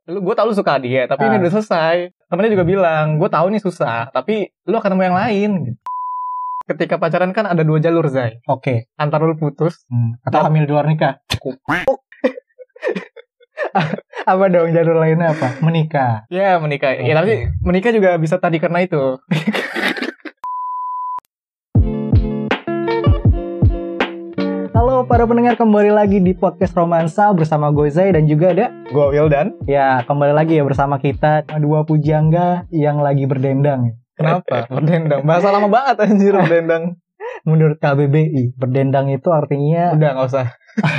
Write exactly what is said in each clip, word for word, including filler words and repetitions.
lu gue tau lu suka dia, tapi ah. ini udah selesai. Temennya juga bilang, gue tahu nih susah, tapi lu akan nemu yang lain. Ketika pacaran kan ada dua jalur, Zai. Oke. Okay. Antara lu putus hmm. atau hamil di luar nikah. Apa dong jalur lainnya apa? Menikah. Ya menikah. Okay. Ya tapi menikah juga bisa tadi karena itu. Halo para pendengar, kembali lagi di podcast Romansa bersama gue Zai dan juga ada gue Wildan. Ya kembali lagi ya bersama kita dua pujangga yang lagi berdendang. Kenapa? Berdendang. Bahasa lama banget anjir berdendang. Menurut K B B I, berdendang itu artinya udah gak usah.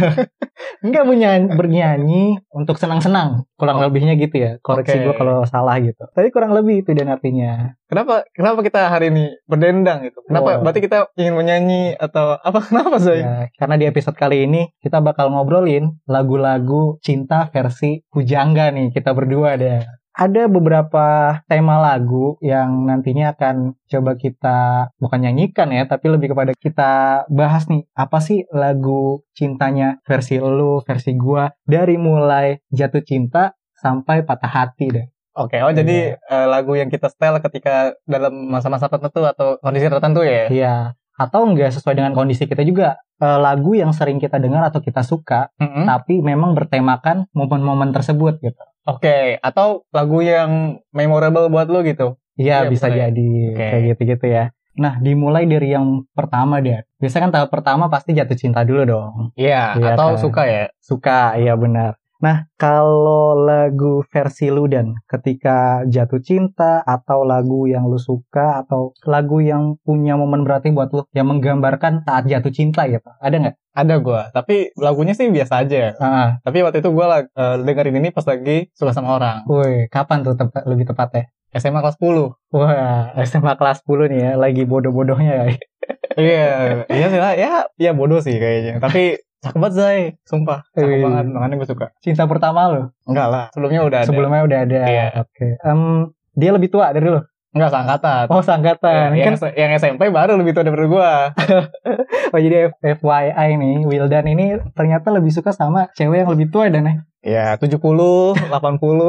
Enggak bernyanyi, bernyanyi untuk senang-senang. Kurang oh. lebihnya gitu ya. Koreksi okay. gue kalau salah gitu. Tapi kurang lebih itu dan artinya. Kenapa kenapa kita hari ini berdendang gitu? Kenapa? Oh. Berarti kita ingin menyanyi atau apa? Kenapa Zai? Ya, karena di episode kali ini kita bakal ngobrolin lagu-lagu cinta versi pujangga nih. Kita berdua deh. Ada beberapa tema lagu yang nantinya akan coba kita bukan nyanyikan ya, tapi lebih kepada kita bahas nih, apa sih lagu cintanya versi lu, versi gua, dari mulai jatuh cinta sampai patah hati deh. Oke, oh ya. Jadi uh, lagu yang kita setel ketika dalam masa-masa tertentu atau kondisi tertentu ya? Iya, atau enggak sesuai dengan kondisi kita juga. Uh, lagu yang sering kita dengar atau kita suka, mm-hmm. tapi memang bertemakan momen-momen tersebut gitu. Oke, okay. Atau lagu yang memorable buat lo gitu? Iya, ya, bisa boleh. Jadi okay. Kayak gitu-gitu ya. Nah, dimulai dari yang pertama deh. Biasanya kan tahap pertama pasti jatuh cinta dulu dong. Iya, ya, atau kan? Suka ya? Suka, iya benar. Nah, kalau lagu versi lu dan ketika jatuh cinta atau lagu yang lu suka atau lagu yang punya momen berarti buat lu yang menggambarkan saat jatuh cinta gitu, ada nggak? Ada gue, tapi lagunya sih biasa aja. Ah. Tapi waktu itu gue uh, dengerin ini pas lagi suka sama orang. Woi, kapan tuh tepat, lebih tepatnya? S M A kelas sepuluh. Wah, S M A kelas sepuluh nih ya, lagi bodoh-bodohnya ya. Iya, iya sih lah, ya, ya bodoh sih kayaknya. Tapi cakep banget Zai, sumpah. Cakep Wih. banget, makanya gue suka. Cinta pertama lo? Enggak lah, sebelumnya udah ada. Sebelumnya udah ada, iya. Oke. Okay. Um, dia lebih tua dari lo? Enggak, seangkatan. Oh, seangkatan. Ya, kan yang, yang S M P baru lebih tua daripada gue. Oh, jadi F Y I nih, Wildan ini ternyata lebih suka sama cewek yang lebih tua dan ya? Ya, tujuh puluh, delapan puluh.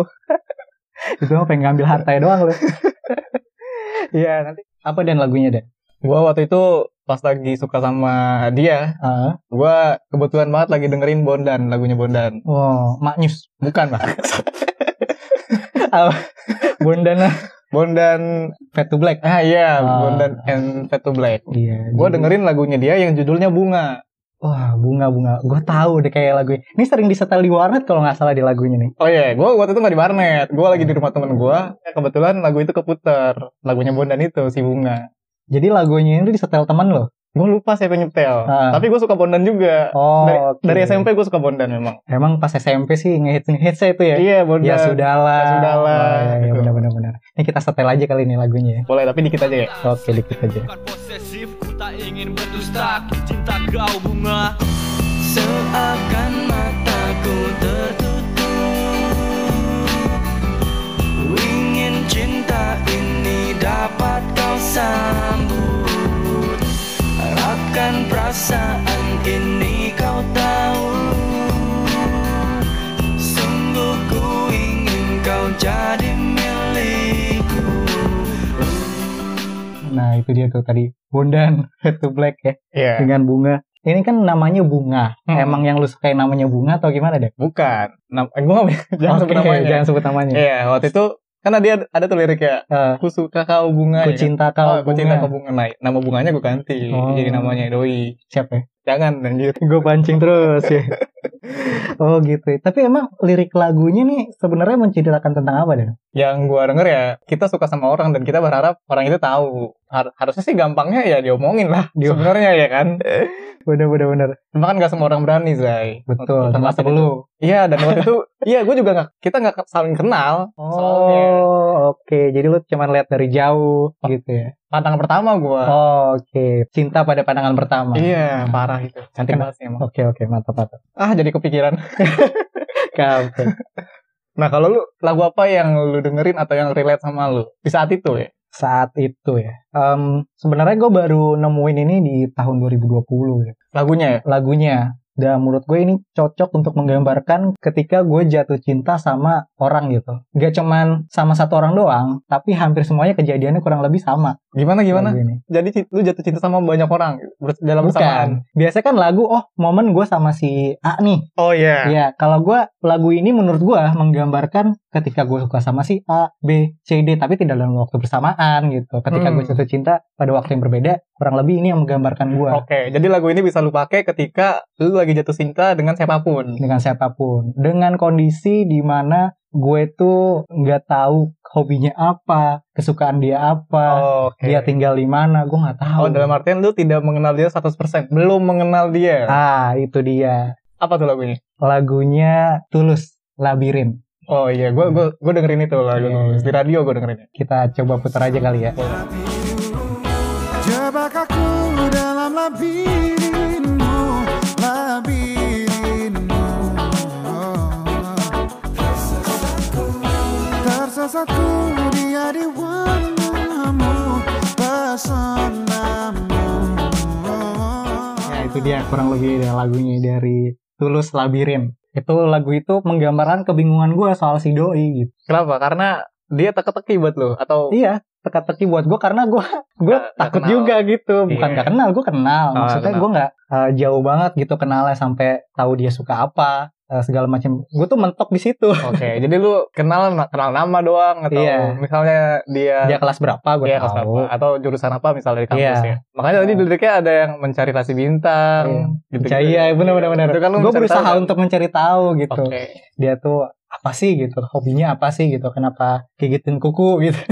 Itu mah pengen ngambil hartanya doang lo. Iya, nanti apa dan lagunya dan? Gue waktu itu pas lagi suka sama dia, uh. gue kebetulan banget lagi dengerin Bondan, lagunya Bondan. Wow, Maknyus. Bukan lah. Bondan lah. Bondan Fade to Black. Ah iya, uh. Bondan and Fade to Black. Iya. Gue dengerin lagunya dia yang judulnya Bunga. Wah, bunga-bunga. Gue tahu deh kayak lagu ini. Ini sering disetel di warnet kalau nggak salah di lagunya nih. Oh iya, yeah. gue waktu itu nggak di warnet. Gue lagi di rumah temen gue. Kebetulan lagu itu keputer. Lagunya Bondan itu, si Bunga. Jadi lagunya ini disetel teman lo? Gue lupa siapa yang nyetel. Ah. Tapi gue suka Bondan juga. Oh, dari, okay. dari S M P gue suka Bondan memang. Emang pas S M P sih ngehits-ngehits itu ya? Iya, Bondan. Ya sudahlah. Ya sudahlah. Oh, ya, ya, benar-benar. Ini kita setel aja kali ini lagunya. Boleh, tapi dikit aja ya? Oke, dikit aja. Posesif, ku tak ingin berdusta. Cinta kau bunga. Seakan mataku tertutup. Ingin cinta ini dapat kau sambut. Harapkan perasaan ini kau tahu. Sungguh ku ingin kau jadi milikku. Nah itu dia tuh tadi Bondan Fade to Black ya, yeah. Dengan Bunga. Ini kan namanya Bunga. Hmm. Emang yang lu sukain namanya Bunga atau gimana deh? Bukan. Nam- eh, gue jangan okay, sebut namanya. Jangan sebut namanya. Iya, yeah, waktu itu karena dia ada tuh liriknya. Uh, ku suka kau bunga. Ku cinta ya kan? kau oh, bunga. Ku cinta kau bunga. Nah, nama bunganya gue ganti. Oh. Jadi namanya Doi. Siapa ya? Jangan anjir. Gue pancing terus ya. Oh gitu. Tapi emang lirik lagunya nih sebenarnya menceritakan tentang apa deh? Yang gue denger ya, kita suka sama orang dan kita berharap orang itu tahu. Har- harusnya sih gampangnya ya diomongin lah. Sebenarnya ya kan. Bener-bener bener. Cuma kan gak semua orang berani, Zai. Betul, termasuk lu. Iya, dan waktu itu, iya gue juga gak, kita gak saling kenal. Oh, soalnya. Oke. Okay. Jadi lu cuma lihat dari jauh oh, gitu ya. Pandangan pertama gue. Oh, oke. Okay. Cinta pada pandangan pertama. Iya, parah itu. Cantik banget sih emang. Oke, okay, oke. Okay. Mantap, mantap. Ah, jadi kepikiran. Kampung. Nah, kalau lu, lagu apa yang lu dengerin atau yang relate sama lu? Di saat itu ya? Saat itu ya. Um, sebenarnya gue baru nemuin ini di tahun dua ribu dua puluh ya. Lagunya ya? Lagunya. Dan menurut gue ini cocok untuk menggambarkan ketika gue jatuh cinta sama orang gitu. Gak cuman sama satu orang doang, tapi hampir semuanya kejadiannya kurang lebih sama. Gimana gimana? Lagu ini. Jadi ci- lu jatuh cinta sama banyak orang ber- dalam bersamaan. Bukan. Biasanya kan lagu, oh momen gue sama si A nih. Oh iya. Iya, kalau gue lagu ini menurut gue menggambarkan ketika gue suka sama si A, B, C, D, tapi tidak dalam waktu bersamaan gitu. Ketika Hmm. gue jatuh cinta pada waktu yang berbeda, kurang lebih ini yang menggambarkan gue. Oke, jadi lagu ini bisa lu pakai ketika lu lagi jatuh cinta dengan siapapun. Dengan siapapun, dengan kondisi di mana gue tuh nggak tahu hobinya apa, kesukaan dia apa, Oke. dia tinggal di mana, gue nggak tahu. Oh, dalam artian lu tidak mengenal dia seratus persen, belum mengenal dia. Ah, itu dia. Apa tuh lagu ini? Lagunya Tulus, Labirin. Oh iya, gue gue gue dengerin itu lagu Iya. Tulus. Di radio gue dengerin. Kita coba putar aja kali ya. Jebak aku dalam labirinmu, labirinmu. Tersesatku dia di warnamu, pesonamu. Ya itu dia kurang lebih ya, lagunya dari Tulus, Labirin. Itu lagu itu menggambarkan kebingungan gue soal si doi gitu. Kenapa? Karena dia teka-teki buat lu atau Iya, teka-teki buat gue karena gue gue Nggak- nggak takut kenal. juga gitu. Bukan Iya. gak kenal, gue kenal. Oh, Maksudnya kenal. gue nggak eh, jauh banget gitu kenalnya sampai tahu dia suka apa, eh, segala macam. Gue tuh mentok di situ. Oke, jadi lu kenal kenal nama doang atau Iya. misalnya dia Dia kelas berapa gue dia kelas tahu. berapa atau jurusan apa misalnya di kampus Iya. ya. Makanya tadi liriknya ada yang mencari rasi bintang gitu. Iya, iya benar-benar benar. Itu kan lu Gue mencari berusaha tahu, kan? untuk mencari tahu gitu. Oke. Dia tuh apa sih gitu, hobinya apa sih gitu, kenapa gigitin kuku gitu.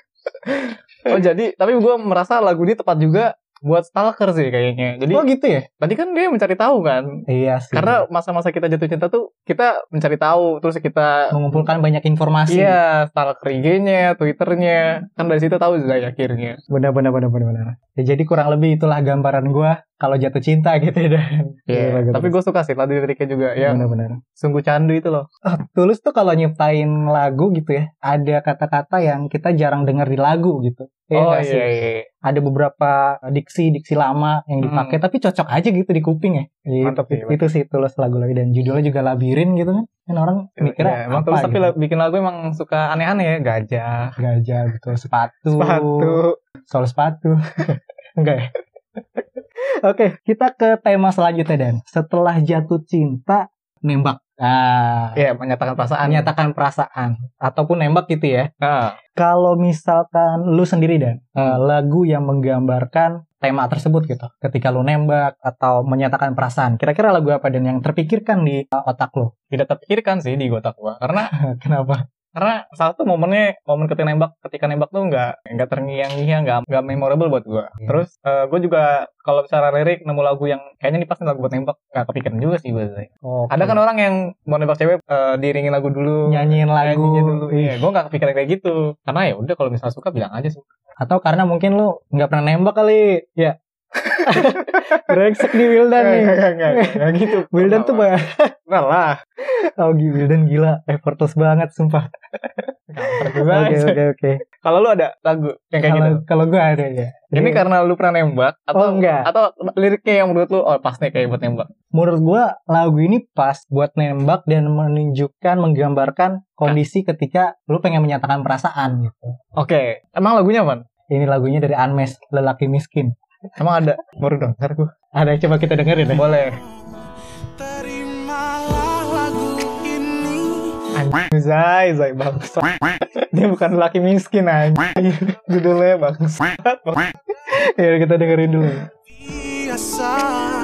Oh jadi, tapi gue merasa lagu ini tepat juga buat stalker sih kayaknya. Jadi Oh gitu ya? tadi kan dia mencari tahu kan. Iya sih. Karena masa-masa kita jatuh cinta tuh kita mencari tahu, terus kita mengumpulkan banyak informasi. iya stalker I G-nya, Twitter-nya, kan dari situ tahu juga akhirnya. Benar benar benar benar benar. Ya, jadi kurang lebih itulah gambaran gue kalau jatuh cinta gitu dan. Iya. Tapi gue suka sih lagu liriknya juga yang benar-benar. sungguh candu itu loh. Tulus tuh kalau nyiptain lagu gitu ya, ada kata-kata yang kita jarang dengar di lagu gitu. Iya Oh nggak sih? iya iya. Ada beberapa diksi-diksi lama yang dipakai, tapi cocok aja gitu di kuping ya. Gitu. Mantap sih, Itu sih Tulus lagu-lagu dan judulnya juga Labirin gitu kan. Kan orang mikirnya Iya, emang apa Tulus tapi gitu. la- bikin lagu emang suka aneh-aneh ya, gajah, Gajah gitu, sepatu, sepatu. soal sepatu. Enggak ya? Oke, kita ke tema selanjutnya Dan. Setelah jatuh cinta, nembak. Ah, Iya, menyatakan perasaan. menyatakan perasaan ataupun nembak gitu ya. Nah, Kalau misalkan lu sendiri Dan, eh, lagu yang menggambarkan tema tersebut gitu. Ketika lu nembak atau menyatakan perasaan, kira-kira lagu apa Dan yang terpikirkan di eh, otak lu? tidak terpikirkan sih di otak gua. Karena Kenapa? karena salah satu momennya momen ketika nembak ketika nembak tuh nggak nggak terngiang-ngiang, nggak nggak memorable buat gua. Iya. Terus eh, gua juga kalau secara lirik nemu lagu yang kayaknya ini pasti lagu buat nembak, nggak kepikiran juga sih biasanya. Oke. Ada kan orang yang mau nembak cewek eh, diiringin lagu dulu, nyanyiin lagu nyanyinya dulu. Ih. Iya, gua nggak kepikiran kayak gitu. Karena ya udah kalau misalnya suka bilang aja sih. Atau karena mungkin lu nggak pernah nembak kali ya. Brengsek nih Wildan nih. Nggak gitu. Wildan tuh banget. Nah lah. Oh Wildan gila, effortless banget sumpah. Oke oke oke. Kalau lu ada lagu yang kayak Kalau gitu? kalau gue ada ya. Ini Jadi, karena lu pernah nembak atau Oh, enggak. atau liriknya yang menurut lu oh pas nih kayak buat nembak? menurut gue lagu ini pas buat nembak dan menunjukkan menggambarkan kondisi ketika lu pengen menyatakan perasaan gitu. Oke, emang lagunya apa? Ini lagunya dari Unmesh, Lelaki Miskin. Emang ada? Baru denger gue. Ada, coba kita dengerin ya. Boleh. Terimalah lagu ini. Anjing, Zai, Zai bangsa. Dia bukan laki miskin anjing. Judulnya bangsa. Ya kita dengerin dulu. Biasa,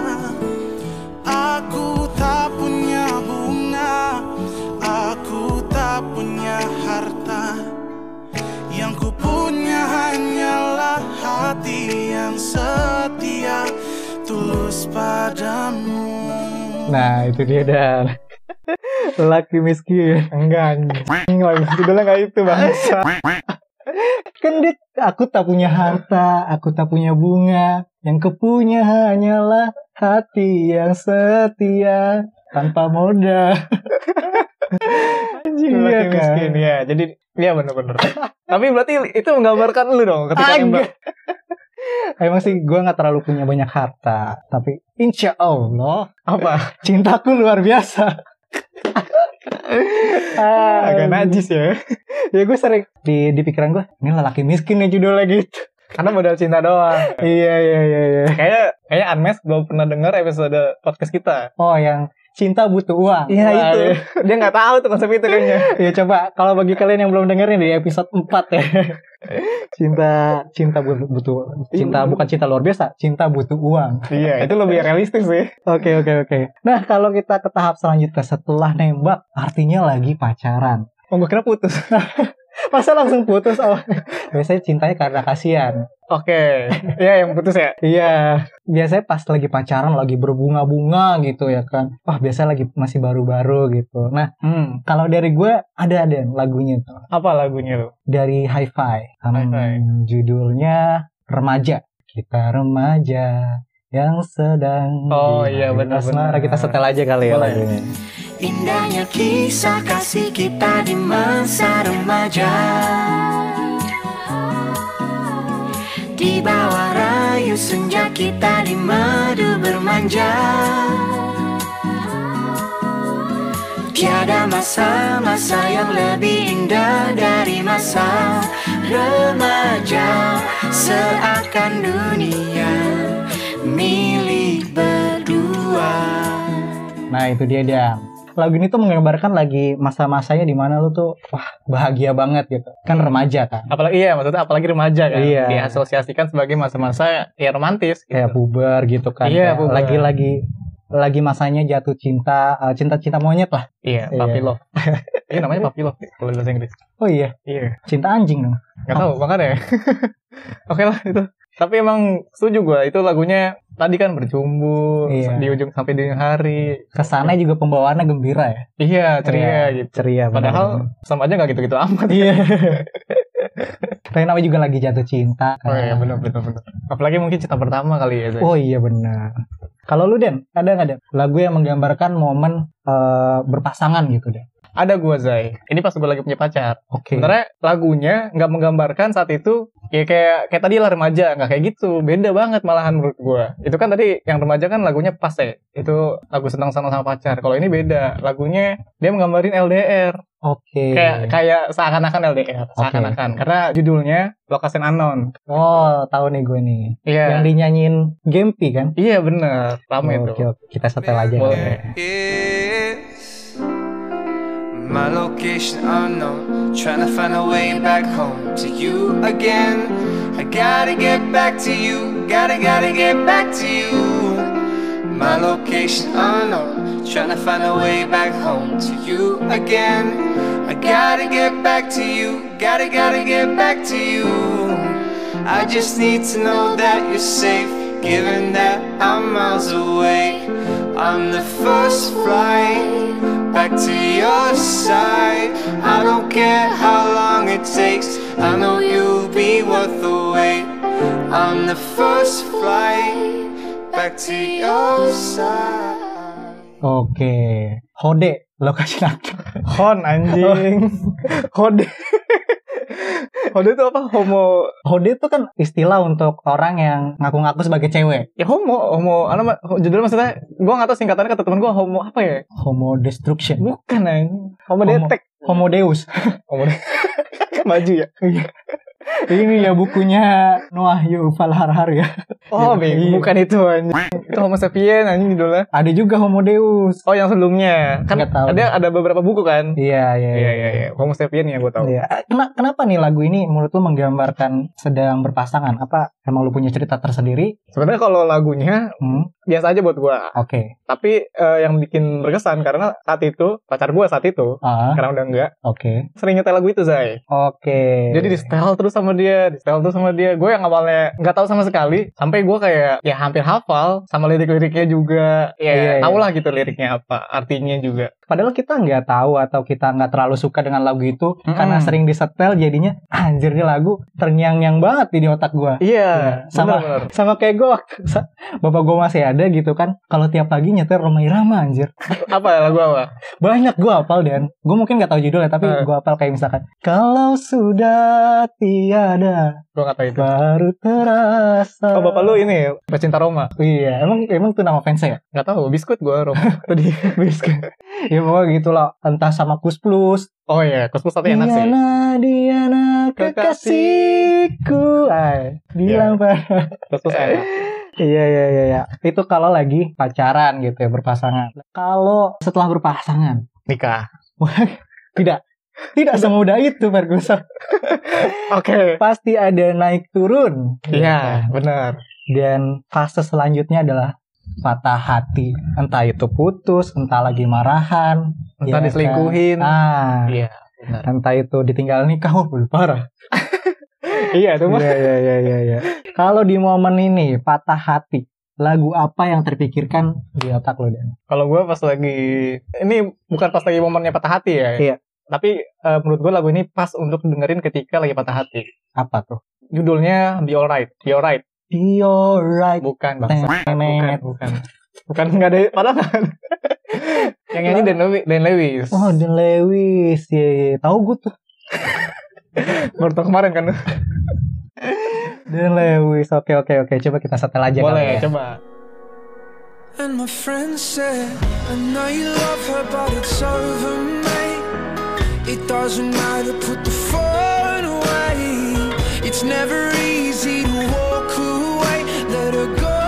aku tak punya bunga, aku tak punya harta. Yang ku punya hanyalah hati yang setia, tulus padamu. Nah itu dia Dan. Lelaki miskin. Enggak anjing. Lagu judulnya enggak itu bangsa. Kan dia, aku tak punya harta, aku tak punya bunga, yang kupunya hanyalah hati yang setia tanpa modal. Anjing Laki iya kan? miskin ya. Jadi iya bener-bener. Tapi berarti itu menggambarkan lu dong ketika Ah, nembak. enggak. Emang sih gue nggak terlalu punya banyak harta, tapi insya Allah Apa? cintaku luar biasa. Ah, Agak najis ya. ya gue sering di di pikiran gue, ini lelaki miskin ya judulnya gitu. Karena modal cinta doang. Iya iya iya iya. Kayak kayak Unmes belum pernah dengar episode podcast kita. Oh, yang cinta butuh uang. Iya Wah, itu. iya. Dia nggak tahu tuh konsep itu kayaknya. Ya coba kalau bagi kalian yang belum dengerin di episode empat ya. Cinta cinta bu- butuh cinta bukan cinta luar biasa, cinta butuh uang. Iya, itu lebih realistis sih. Oke oke oke. Nah, kalau kita ke tahap selanjutnya setelah nembak, artinya lagi pacaran. Oh, gue kira putus. Masa langsung putus? Oh, biasanya cintanya karena kasihan. Oke. Iya, yang putus ya. Iya, biasanya pas lagi pacaran, lagi berbunga-bunga gitu ya kan. Wah, biasanya lagi masih baru-baru gitu. Nah, Hmm. kalau dari gue ada ada lagunya tuh. Apa lagunya tuh? Dari Hi-Fi. Hmm, Hi-Fi. judulnya Remaja. Kita remaja yang sedang Oh, di iya, hari benar-benar. asmara. Kita setel aja kali ya Boleh. lagunya. Indahnya kisah kasih kita di masa remaja. Di bawah rayu senja kita di madu bermanja. Tiada masa-masa yang lebih indah dari masa remaja. Seakan dunia milik berdua. Nah, itu dia dia. Lagu ini tuh menggambarkan lagi masa-masanya di mana lu tuh wah bahagia banget gitu. Kan remaja kan. Apalagi iya, maksudnya apalagi remaja kan. Iya. Diasosiasikan sebagai masa-masa ya romantis gitu. Kayak puber gitu kan. Iya, Kayak puber. Lagi-lagi lagi masanya jatuh cinta, eh, cinta-cinta monyet lah. Iya, Iya. puppy love. Iya, namanya puppy love kalau di bahasa Inggris. Oh iya, Iya. cinta anjing dong. Gak tahu, makanya. Oke lah itu. Tapi emang setuju gue, itu lagunya tadi kan bercumbu Iya. di ujung sampai di ujung hari. Kesannya juga pembawaannya gembira ya. Iya, ceria Iya, gitu. Ceria. Padahal benar-benar. sama aja gak gitu-gitu amat. Iya. Tapi namanya juga lagi jatuh cinta. Oh iya, kan. benar benar benar. Apalagi mungkin cinta pertama kali ya. Zay. Oh iya benar. Kalau lu Den, ada nggak Den? Lagu yang menggambarkan momen eh, berpasangan gitu Den? Ada gue Zay. Ini pas gue lagi punya pacar. Oke. Sebenarnya lagunya nggak menggambarkan saat itu ya kayak kayak tadi lah remaja, nggak kayak gitu. Beda banget malahan menurut gue. Itu kan tadi yang remaja kan lagunya pas ya. Itu lagu senang-senang sama pacar. Kalau ini beda. Lagunya dia menggambarin L D R. Oke. Kayak kayak seakan-akan L D R, seakan-akan. Karena judulnya Lokasi Unknown. Oh, tahu nih gue nih. Iya. Yang dinyanyiin Gempi kan? Iya bener, rame Oke, itu. oke. Kita setel aja. Boleh. Is my location unknown, trying to find a way back home to you again. I gotta get back to you, gotta gotta get back to you. My location unknown, trying to find a way back home to you again. I gotta get back to you, gotta gotta get back to you. I just need to know that you're safe, given that I'm miles away. I'm the first flight back to your side. I don't care how long it takes, I know you'll be worth the wait. I'm the first flight back to your side. Oke. Hode, lokasi nanti. Hon anjing. Hode. Hode itu apa? Homo. Hode itu kan istilah untuk orang yang ngaku-ngaku sebagai cewek. Ya homo, homo. Ano judulnya maksudnya? Gue nggak tahu singkatannya kata temen gue homo apa ya? Homo destruction. Bukan anjing. Homo Homo- detek. Homo Deus. Homo detek. Maju ya. Ini ya bukunya Noah Yuval Harari ya. Oh, Iya. bego. Bukan itu anjing. Itu Homo sapien anjing judulnya. Ada juga Homo Deus. Oh, yang sebelumnya. Kan Nggak tahu. ada ada beberapa buku kan? Iya, iya, Iya, iya, iya. Homo sapien ya gue tahu. Iya. Kena- Kenapa nih lagu ini menurut lu menggambarkan sedang berpasangan? Apa emang lu punya cerita tersendiri? Sebenarnya kalau lagunya Hmm, biasa aja buat gue. oke. Tapi eh, yang bikin berkesan karena saat itu pacar gue saat itu, Ah, sekarang udah enggak, oke. sering nyetel lagu itu Zay. Oke. Jadi di setel terus sama dia, di setel terus sama dia. Gue yang awalnya nggak tahu sama sekali, sampai gue kayak ya hampir hafal sama lirik-liriknya juga. Ya Iya, iya. tau lah gitu liriknya apa, artinya juga. Padahal kita nggak tahu atau kita nggak terlalu suka dengan lagu itu Mm-mm. karena sering disetel jadinya anjir nih lagu terngiang-ngiang banget di otak gua. Iya. Ah, sama bener, bener. sama kayak gue waktu sa- bapak gue masih ada gitu kan. Kalau tiap pagi nyetir Rhoma Irama anjir. Apa ya lagu apa? Banyak gue hafal dan gue mungkin nggak tahu judulnya tapi Ah. gue hafal kayak misalkan kalau sudah tiada Gue nggak tahu itu. baru terasa. Oh bapak lu ini pecinta Roma? Iya, emang emang tuh nama fansnya ya? Nggak tahu. Biskut gue Roma tadi. Biskut. Ya pokoknya gitu lah. Entah sama Kus Plus. Oh iya, Kus Plus tapi enak sih. Diana, Diana, kekasihku. Ay, bilang pada. Kus Plus enak. Iya, iya, iya, iya. Itu kalau lagi pacaran gitu ya, berpasangan. Kalau setelah berpasangan, Nikah. tidak. Tidak semudah itu, Ferguson. Oke. Pasti ada naik turun. Iya, benar. Dan fase selanjutnya adalah patah hati. Entah itu putus, entah lagi marahan. Entah ya diselingkuhin. Kan? Ah, Iya, benar. entah itu ditinggal nikah, oh, parah. Iya, itu mah. Iya, iya, iya, iya, iya. Kalau di momen ini patah hati, lagu apa yang terpikirkan di otak lo, Dan? Kalau gue pas lagi, ini bukan pas lagi momennya patah hati ya. Iya. Tapi eh, menurut gue lagu ini pas untuk dengerin ketika lagi patah hati. Apa tuh? Judulnya Be Alright. Be Alright. Be alright. Bukan bangsa. Bukan, Tenet. bukan. Bukan nggak ada padahal kan. Yang nyanyi Dan Lewis. Dan Lewis. Oh, Dan Lewis. Iya, iya. Tahu gue tuh. Baru tau kemarin kan. Dan Lewis. Oke, oke, oke. Coba kita setel aja Boleh, kali ya. coba. And my friend said, I know you love her, but it's over, mate. It doesn't matter, put the phone away. It's never easy to walk away. Let her go,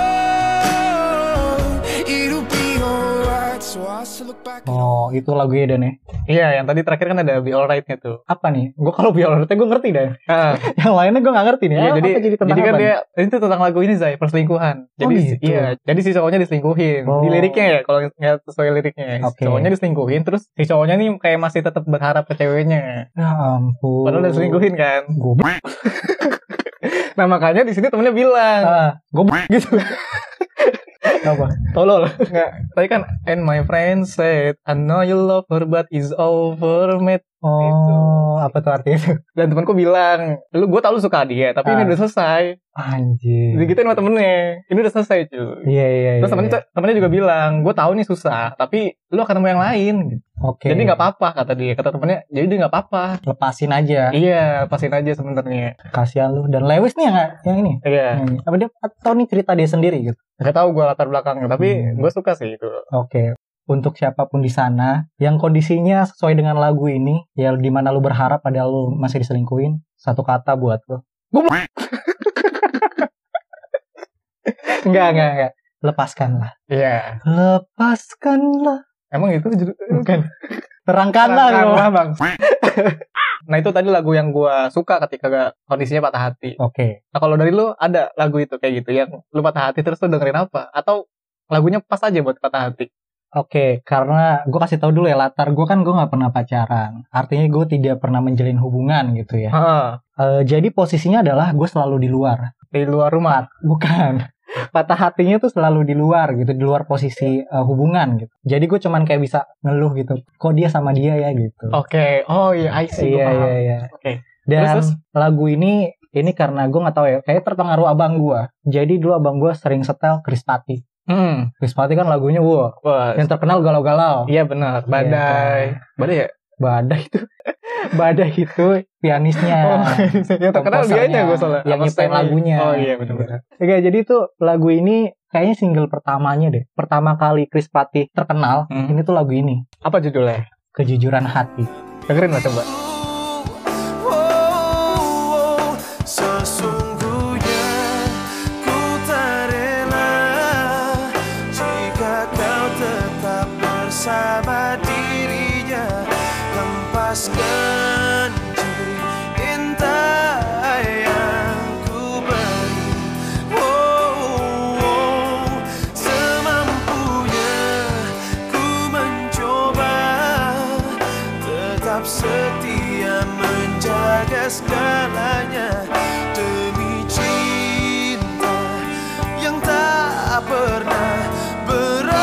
it'll be alright. So I still look back. Oh, itu lagunya Dan ya. Iya, yang tadi terakhir kan ada Be Alright-nya tuh. Apa nih? Gue kalau Be Alright gue ngerti deh. Ah, Yang lainnya gue gak ngerti nih. iya, Ah, jadi apa jadi tentang jadi kan apa dia nih? itu tentang lagu ini Zai, perselingkuhan. Jadi Oh, gitu. iya, jadi si cowoknya diselingkuhin. Oh. Di liriknya ya, kalau nggak sesuai liriknya. Si Oke. cowoknya diselingkuhin terus si cowoknya nih kayak masih tetap berharap ke ceweknya. Ya ampun. Padahal udah diselingkuhin kan. Gue Nah, makanya di sini temennya bilang, ah, gue gitu. Apa? tolol. Enggak, tadi kan and my friend said, I know you love her but it's over, mate. Oh, Gitu. apa tuh artinya itu? Dan temanku bilang, lu gue tau lu suka dia, tapi ini Ah. udah selesai. Anjir. Digituin sama temennya, ini udah selesai cuy. Iya, iya, iya. Terus temennya, iya. temennya juga bilang, gue tahu nih susah, tapi lu akan nemu yang lain. Oke. Jadi nggak apa-apa kata dia, kata temennya, jadi dia nggak apa-apa. Lepasin aja. Iya, pasin aja sebenarnya. Kasihan lu. Dan Lewis nih yang, yang ini. Iya, Yang ini. Apa dia atau nih cerita dia sendiri gitu? nggak tahu gue latar belakangnya, tapi Hmm. gue suka sih itu. Oke. Untuk siapapun di sana yang kondisinya sesuai dengan lagu ini, ya di mana lu berharap padahal lu masih diselingkuhin, satu kata buat lu. Enggak, enggak, enggak. Lepaskanlah. Iya, Lepaskanlah. emang itu judul- bukan. Terangkanlah. Terangkanlah, lu. bang. Nah itu tadi lagu yang gue suka ketika gak- kondisinya patah hati. Oke. Nah kalau dari lu ada lagu itu kayak gitu yang lu patah hati terus lu dengerin apa? Atau lagunya pas aja buat patah hati? Oke, karena gue kasih tahu dulu ya latar gue kan gue nggak pernah pacaran. Artinya gue tidak pernah menjalin hubungan gitu ya. Heeh. Eh, jadi posisinya adalah gue selalu di luar. Di luar rumah. Bukan. Patah hatinya tuh selalu di luar gitu, di luar posisi eh, hubungan gitu. Jadi gue cuman kayak bisa ngeluh gitu. Kok dia sama dia ya gitu. Oke. Oh iya, I see. Gua iya, paham. iya, iya. Oke. Dan Terus, lagu ini ini karena gue nggak tahu ya, kayak terpengaruh abang gue. Jadi dulu abang gue sering setel Krispati. Hmm. Krispati kan lagunya wow, Wah, yang terkenal galau-galau. iya benar. Badai. Badai ya? Badai itu Badai itu pianisnya. Oh, yang terkenal komposernya, dianya gue soalnya. yang Apa nyiptain Stanley? lagunya. Oh iya benar-benar. Oke, jadi itu lagu ini kayaknya single pertamanya deh. Pertama kali Chris Patih terkenal, Hmm. ini tuh lagu ini, Apa judulnya? Kejujuran Hati. Dengerin lah coba. Oh, sesungguhnya ku tak rela jika kau tetap bersama dirinya. Lepaskan cinta yang ku beri. Oh, oh, semampunya ku mencoba tetap setia menjaga segalanya demi cinta yang tak pernah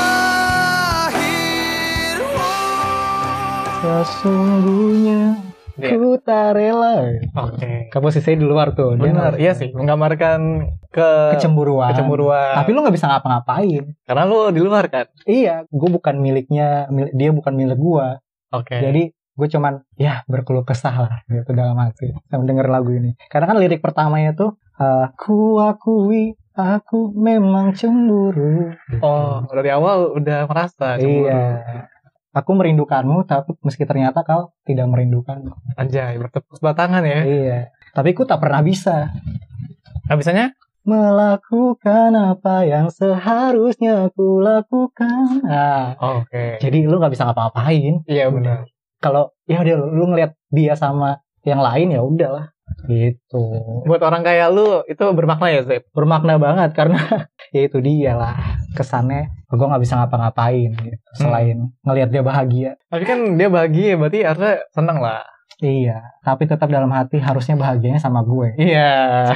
berakhir. Oh. Sesungguhnya Dia. Ku tak rela. Oke. Komposisinya di luar tuh. Dia Benar, nggak- iya sih, menggambarkan ke Kecemburuan. kecemburuan. Tapi lu nggak bisa ngapa-ngapain. Karena lu di luar kan. Iya, gue bukan miliknya, mil- dia bukan milik gue. Oke. Jadi gue cuman ya berkeluh kesah lah gitu dalam hati sama denger lagu ini. Karena kan lirik pertamanya tuh aku akui aku memang cemburu. Oh, dari awal udah merasa cemburu. Iya. Aku merindukanmu tapi meski ternyata kau tidak merindukanku. Anjay, bertepuk sebelah tangan ya. Iya. Tapi ku tak pernah bisa Nah, bisanya? melakukan apa yang seharusnya aku lakukan. Nah, Oke. jadi lu nggak bisa ngapa-ngapain. Iya benar. Kalau ya udah lu ngeliat dia sama yang lain ya udahlah gitu. Buat orang kayak lu itu bermakna ya, Zep? Bermakna banget karena ya itu dia lah kesannya gue nggak bisa ngapa-ngapain gitu, selain ngelihat dia bahagia. Tapi kan dia bahagia, berarti harusnya seneng lah. Iya, tapi tetap dalam hati harusnya bahagianya sama gue. Iya.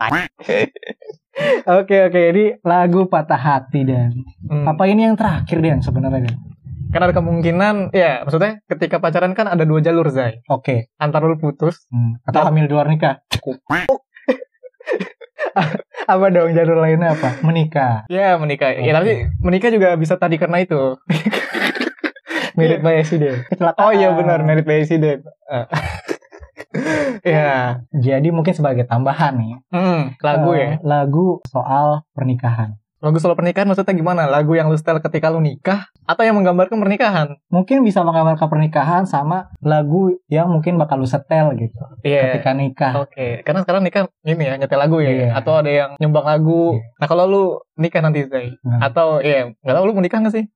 Oke oke, ini lagu Patah Hati dan Hmm. apa ini yang terakhir Dan sebenarnya Dan? Kan ada kemungkinan, ya maksudnya ketika pacaran kan ada dua jalur, Zai. Oke, Antara lu putus, hmm. atau hamil di luar nikah. Apa dong jalur lainnya apa? Menikah. ya menikah. Ya Oke. tapi menikah juga bisa tadi karena itu. Merit by accident. Kecelakaan. Oh iya benar, merit by accident. Eh. Ya. Jadi mungkin sebagai tambahan nih. Hmm, lagu eh, ya. Lagu soal pernikahan. Lagu soal pernikahan maksudnya gimana? Lagu yang lu setel ketika lu nikah atau yang menggambarkan pernikahan? Mungkin bisa menggambarkan pernikahan sama lagu yang mungkin bakal lu setel gitu Iya. ketika nikah. Oke, karena sekarang nikah ini ya nyetel lagu ya, Iya. atau ada yang nyumbang lagu. Iya. Nah kalau lu nikah nanti Zai, Nah. atau iya nggak tahu lu mau nikah nggak sih?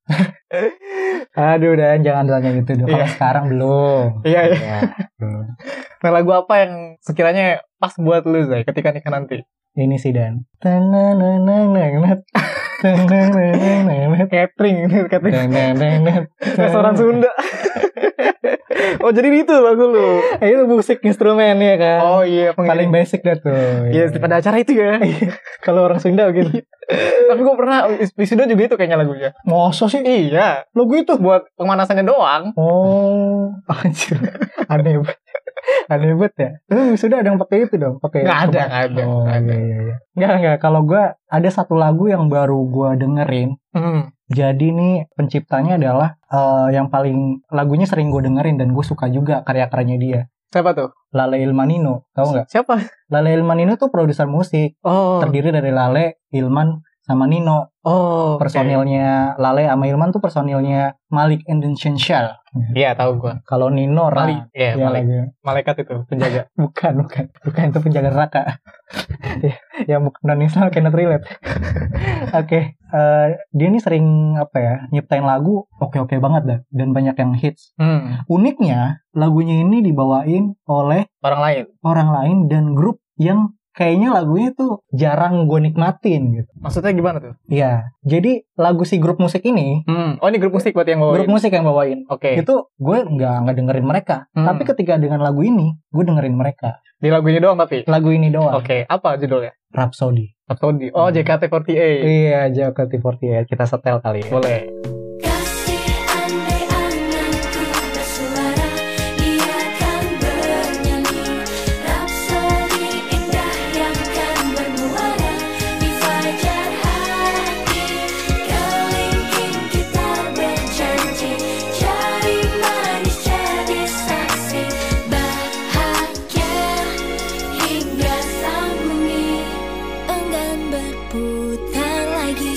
Aduh Dan, jangan tanya gitu dong. Kalau Iya. sekarang belum. Iya iya. Ya, belum. Nah lagu apa yang sekiranya pas buat lu Zai ketika nikah nanti? Ini sih Dan. Tanananananat. Tanananananat. Catering, catering Tananananat. restoran Sunda. Oh jadi itu lagu lu? Eh, itu musik instrumen ya kan. Oh iya Paling basic dah tuh. Iya pada acara itu ya. Kalau orang Sunda gitu. Tapi gue pernah wisuda juga itu kayaknya lagunya. Masa sih? Iya, lagu itu buat pemanasannya doang. Oh, anjir. Aneh banget. Aneh banget ya. Lu sudah ada yang pakai itu dong, pakai. Nggak ada, nggak ada, Oh, nggak ada. iya, iya, iya. Nggak, nggak. Kalau gue ada satu lagu yang baru gue dengerin. Hmm. Jadi nih penciptanya adalah eh, yang paling lagunya sering gue dengerin dan gue suka juga karya-karyanya dia. Siapa tuh? Lale Ilmanino, tahu nggak? Siapa? Lale Ilmanino tuh produser musik, Oh. terdiri dari Lale, Ilman, sama Nino. Oh. oke. Personilnya Lale sama Ilman tuh personilnya Malik and Essential. Iya tahu gue. Kalau Nino Malik. Ra, Iya ya Malik. lagi. Malaikat itu penjaga. Bukan, bukan. Bukan itu penjaga neraka. ya, yang bukan non-Islam cannot relate. Oke, eh, dia nih sering apa ya, nyiptain lagu oke-oke banget dah dan banyak yang hits. Hmm. Uniknya, lagunya ini dibawain oleh Orang lain. orang lain dan grup yang kayaknya lagunya tuh jarang gue nikmatin gitu. Maksudnya gimana tuh? Iya, jadi lagu si grup musik ini, Hmm. Oh ini grup musik buat yang bawain. grup musik yang bawain, Oke. itu gue nggak nggak dengerin mereka. Hmm. Tapi ketika dengan lagu ini, gue dengerin mereka. Di lagu ini doang tapi. Lagu ini doang. Oke. Apa judulnya? Rhapsody. Rhapsody. Oh J K T empat delapan. Iya, J K T empat delapan. Kita setel kali ya. Boleh. Kasih andai anganku bersuara, dia kan bernyanyi rapsodi indah yang kan bermuara di fajar hati. Kelingking kita berjanji, jari manis jadi saksi bahagia hingga sang bumi enggan berputar lagi.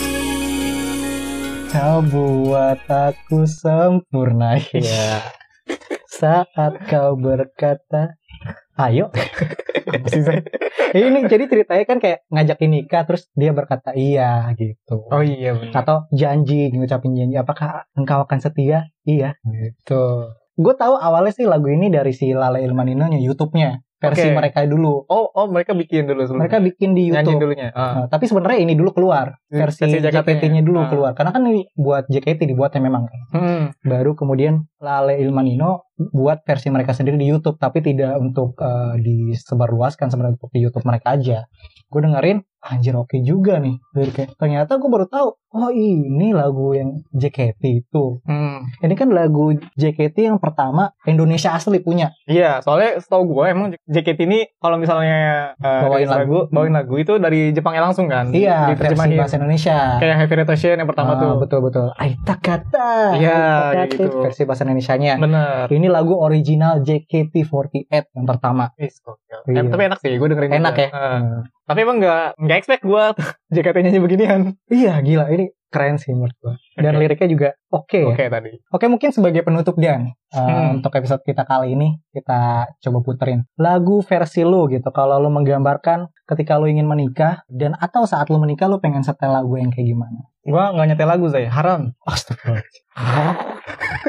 Kau buat aku sempurna ya. Saat kau berkata, ayo. Apa sih, Zai? Ini jadi ceritanya kan kayak ngajakin nikah terus dia berkata iya gitu. Oh iya benar. Atau janji, ngucapin janji, apakah engkau akan setia? Iya gitu. Gue tahu awalnya sih lagu ini dari si Lale Ilmanino-nya, YouTube-nya, versi Oke. mereka dulu. Oh oh mereka bikin dulu sebelumnya. Mereka bikin di nyanyi YouTube. dulunya. Ah. Nah, tapi sebenarnya ini dulu keluar, versi, Versi J J K K T-nya. T-nya dulu Ah. keluar. Karena kan ini buat J K T dibuatnya memang kan. Hmm. Baru kemudian Lale Ilmanino buat versi mereka sendiri di YouTube, tapi tidak untuk eh, disebarluaskan, sebenarnya untuk di YouTube mereka aja. Gue dengerin, anjir oke juga nih liriknya. Ternyata gue baru tahu, oh ini lagu yang J K T itu. Hmm. Ini kan lagu J K T yang pertama Indonesia asli punya. Iya, soalnya setahu gue emang J K T ini kalau misalnya uh, Bawain lagu. bawain lagu itu dari Jepangnya langsung kan. Iya, versi diterjemahin. bahasa Indonesia. Kayak Heavy Rotation yang pertama Ah, tuh. betul betul. Aita kata. Iya, Aita kayak kata, gitu. versi bahasa Indonesianya. Bener. Ini lagu original J K T empat delapan yang pertama. Is, gokil. Iya. Eh, tapi enak sih, gue dengerin Enak juga. ya? Uh, Tapi emang gak, gak expect gue J K T-nya beginian. Iya, gila ini keren sih menurut gua. Dan Oke. liriknya juga oke ya. Oke tadi. Oke, mungkin sebagai penutup Dan, uh, Hmm. untuk episode kita kali ini kita coba puterin lagu versi lu gitu. Kalau lu menggambarkan ketika lu ingin menikah dan atau saat lu menikah lu pengen setel lagu yang kayak gimana? Gue gak nyetel lagu Zay, haram. Astagfirullah.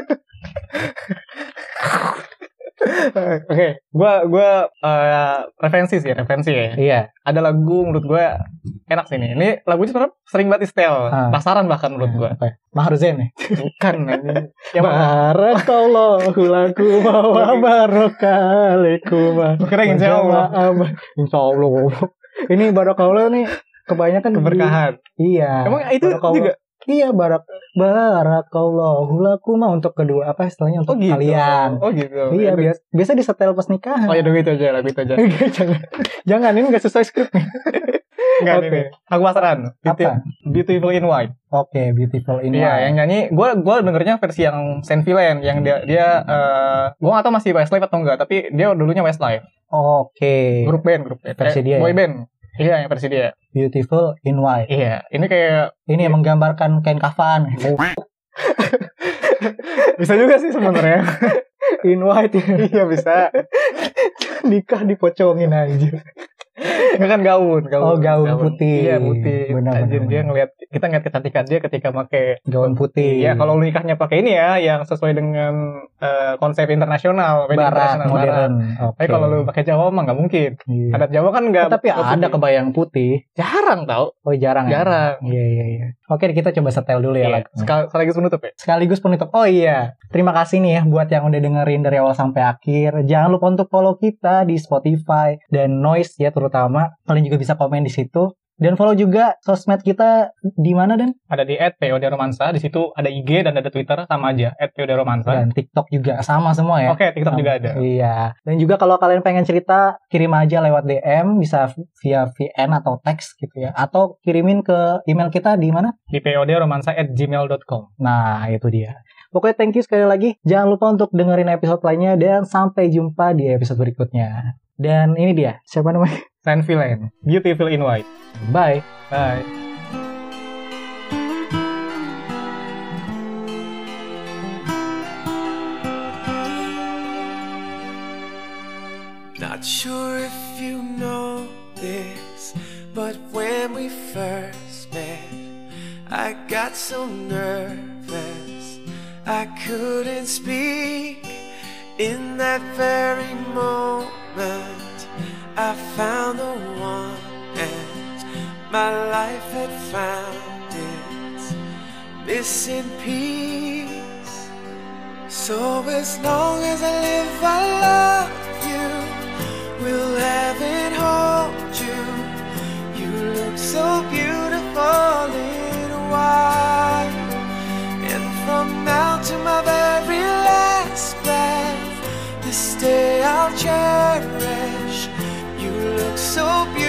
Oke, gue gue uh, referensi sih, referensi ya. Iya. Ada lagu menurut gue enak sih nih. Ini lagunya sebenarnya sering banget di setel, Ah. pasaran bahkan menurut gue. Apa ya? Maher Zain ya? Bukan, anjing. Yang Barakallahu lakum wa barakalaikum. Kira insya Allah. Insya Allah. Ini barakallahu nih kebanyakan di- keberkahan. Iya. Emang itu Barakallahu. juga? Iya, barak barakallahu lakum untuk kedua apa istilahnya untuk Oh gitu. kalian. Oh gitu. Iya, biasa biasa disetel pas nikahan. Oh ya dong itu aja, lagu itu aja. jangan. Jangan, ini enggak sesuai skrip nih. Enggak Oke. ini. Aku pasaran. Apa? Beautiful in White. Oke, Beautiful in Iya, White. yang nyanyi gue gue dengernya versi yang Saint Villain yang dia dia uh, gue gak tau masih Westlife atau enggak, tapi dia dulunya Westlife. Oke. Grup band, grup band. Versi Eh, dia boy ya? band. Iya, yang versi dia. Beautiful in White. Iya, ini kayak Ini yang menggambarkan kain kafan. bisa juga sih sebenarnya. In white ya. Iya bisa. Nikah dipocongin aja. Enggak kan gaun, gaun. Oh, gaun putih. Iya, putih. Benar, Anjir, benar, dia benar. ngelihat kita ngeliat kecantikan dia ketika pakai Gaun putih. Iya, kalau lu nikahnya pakai ini ya yang sesuai dengan eh, konsep internasional, wedding barat internasional, modern. barat. Oke. Tapi kalau lu pakai Jawa mah nggak mungkin. Iya. Adat Jawa kan nggak. Tapi nggak ada putih. kebayang putih. Jarang tau. Oh, jarang. ya? Jarang. Iya, iya, iya. Oke, kita coba setel dulu ya Iya. lagunya. Sekal- Sekaligus penutup ya. Sekaligus penutup. Oh iya, terima kasih nih ya buat yang udah dengerin dari awal sampai akhir. Jangan lupa untuk follow kita di Spotify dan Noise ya terutama. Kalian juga bisa komen di situ. Dan follow juga sosmed kita di mana Dan? Ada di et p o d romansa, di situ ada I G dan ada Twitter sama aja et p o d romansa. Dan TikTok juga sama semua ya. Oke, TikTok Sama. juga ada. Iya. Dan juga kalau kalian pengen cerita, kirim aja lewat D M, bisa via V N atau teks gitu ya. Atau kirimin ke email kita di mana? Di podromansa at gmail dot com. Nah, itu dia. Pokoknya thank you sekali lagi. Jangan lupa untuk dengerin episode lainnya dan sampai jumpa di episode berikutnya. Dan ini dia, siapa namanya? Saint Villain, Beautiful in White. Bye. Bye. Not sure if you know this, but when we first met, I got so nervous I couldn't speak. In that very moment, I found the one, and my life had found its missing piece. So as long as I live, I love you. Will heaven hold you? You look so beautiful in white. And from now to my very last breath, this day I'll cherish. You look so beautiful